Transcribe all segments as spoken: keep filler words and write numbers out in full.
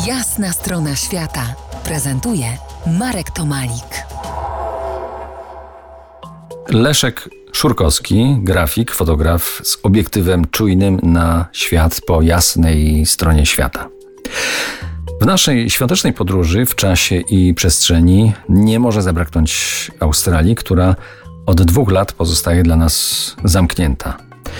Jasna strona świata prezentuje Marek Tomalik. Leszek Szurkowski, grafik, fotograf z obiektywem czujnym na świat po jasnej stronie świata. W naszej świątecznej podróży w czasie i przestrzeni nie może zabraknąć Australii, która od dwóch lat pozostaje dla nas zamknięta.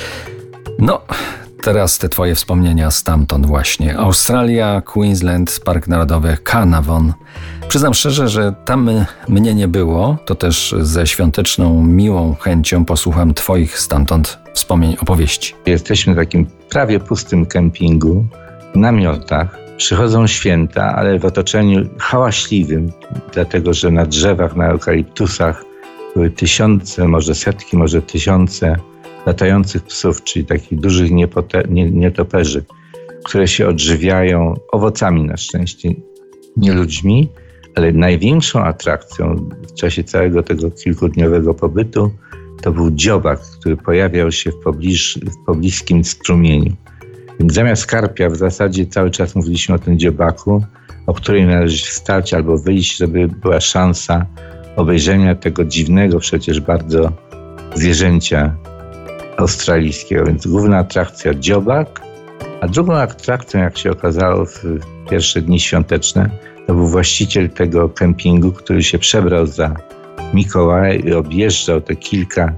No, teraz te twoje wspomnienia stamtąd właśnie. Australia, Queensland, Park Narodowy Carnarvon. Przyznam szczerze, że tam mnie nie było, to też ze świąteczną, miłą chęcią posłucham twoich stamtąd wspomnień, opowieści. Jesteśmy w takim prawie pustym kempingu, w namiotach. Przychodzą święta, ale w otoczeniu hałaśliwym, dlatego że na drzewach, na eukaliptusach były tysiące, może setki, może tysiące latających psów, czyli takich dużych niepote- nie- nietoperzy, które się odżywiają owocami na szczęście, nie ludźmi, ale największą atrakcją w czasie całego tego kilkudniowego pobytu to był dziobak, który pojawiał się w, pobliż, w pobliskim strumieniu. Więc zamiast karpia w zasadzie cały czas mówiliśmy o tym dziobaku, o której należy wstać albo wyjść, żeby była szansa obejrzenia tego dziwnego przecież bardzo zwierzęcia australijskiego. Więc główna atrakcja dziobak, a drugą atrakcją, jak się okazało w pierwsze dni świąteczne, to był właściciel tego kempingu, który się przebrał za Mikołaja i objeżdżał te kilka,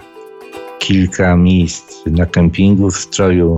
kilka miejsc na kempingu w stroju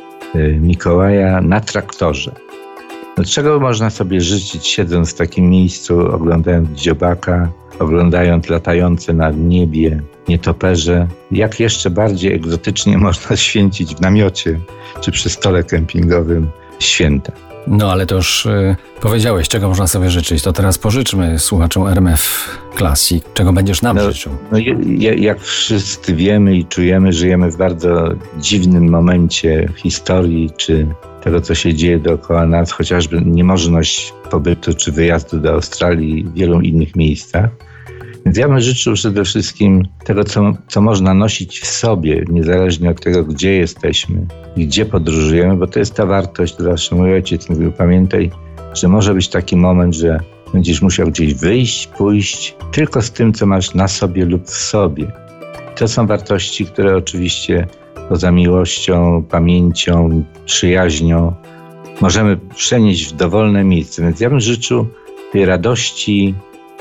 Mikołaja na traktorze. No, czego można sobie życzyć, siedząc w takim miejscu, oglądając dziobaka, oglądając latające na niebie nietoperze? Jak jeszcze bardziej egzotycznie można święcić w namiocie czy przy stole kempingowym święta? No ale to już y, powiedziałeś, czego można sobie życzyć. To teraz pożyczmy słuchaczom R M F Classic. Czego będziesz nam no, życzył? No, jak wszyscy wiemy i czujemy, żyjemy w bardzo dziwnym momencie historii, czy tego, co się dzieje dookoła nas, chociażby niemożność pobytu czy wyjazdu do Australii i w wielu innych miejscach. Więc ja bym życzył przede wszystkim tego, co, co można nosić w sobie, niezależnie od tego, gdzie jesteśmy i gdzie podróżujemy, bo to jest ta wartość, to zawsze mój ojciec mówił, pamiętaj, że może być taki moment, że będziesz musiał gdzieś wyjść, pójść tylko z tym, co masz na sobie lub w sobie. To są wartości, które oczywiście poza miłością, pamięcią, przyjaźnią możemy przenieść w dowolne miejsce. Więc ja bym życzył tej radości,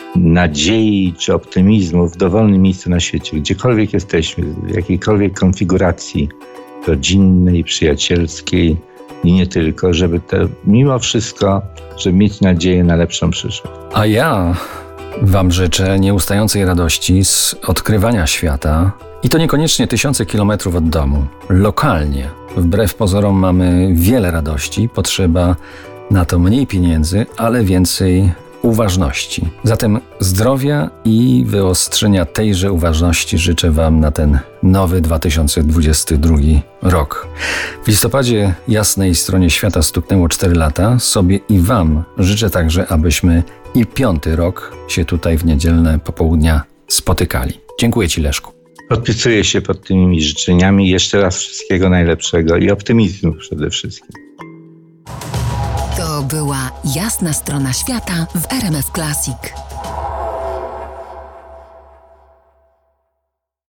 nadziei czy optymizmu w dowolnym miejscu na świecie, gdziekolwiek jesteśmy, w jakiejkolwiek konfiguracji rodzinnej, przyjacielskiej i nie tylko, żeby to mimo wszystko, żeby mieć nadzieję na lepszą przyszłość. A ja wam życzę nieustającej radości z odkrywania świata i to niekoniecznie tysiące kilometrów od domu. Lokalnie, wbrew pozorom, mamy wiele radości, potrzeba na to mniej pieniędzy, ale więcej uważności. Zatem zdrowia i wyostrzenia tejże uważności życzę wam na ten nowy dwa tysiące dwudziesty drugi rok. W listopadzie jasnej stronie świata stuknęło cztery lata. Sobie i wam życzę także, abyśmy i piąty rok się tutaj w niedzielne popołudnia spotykali. Dziękuję ci, Leszku. Podpisuję się pod tymi życzeniami. Jeszcze raz wszystkiego najlepszego i optymizmu przede wszystkim. To była Jasna strona świata w R M F Classic.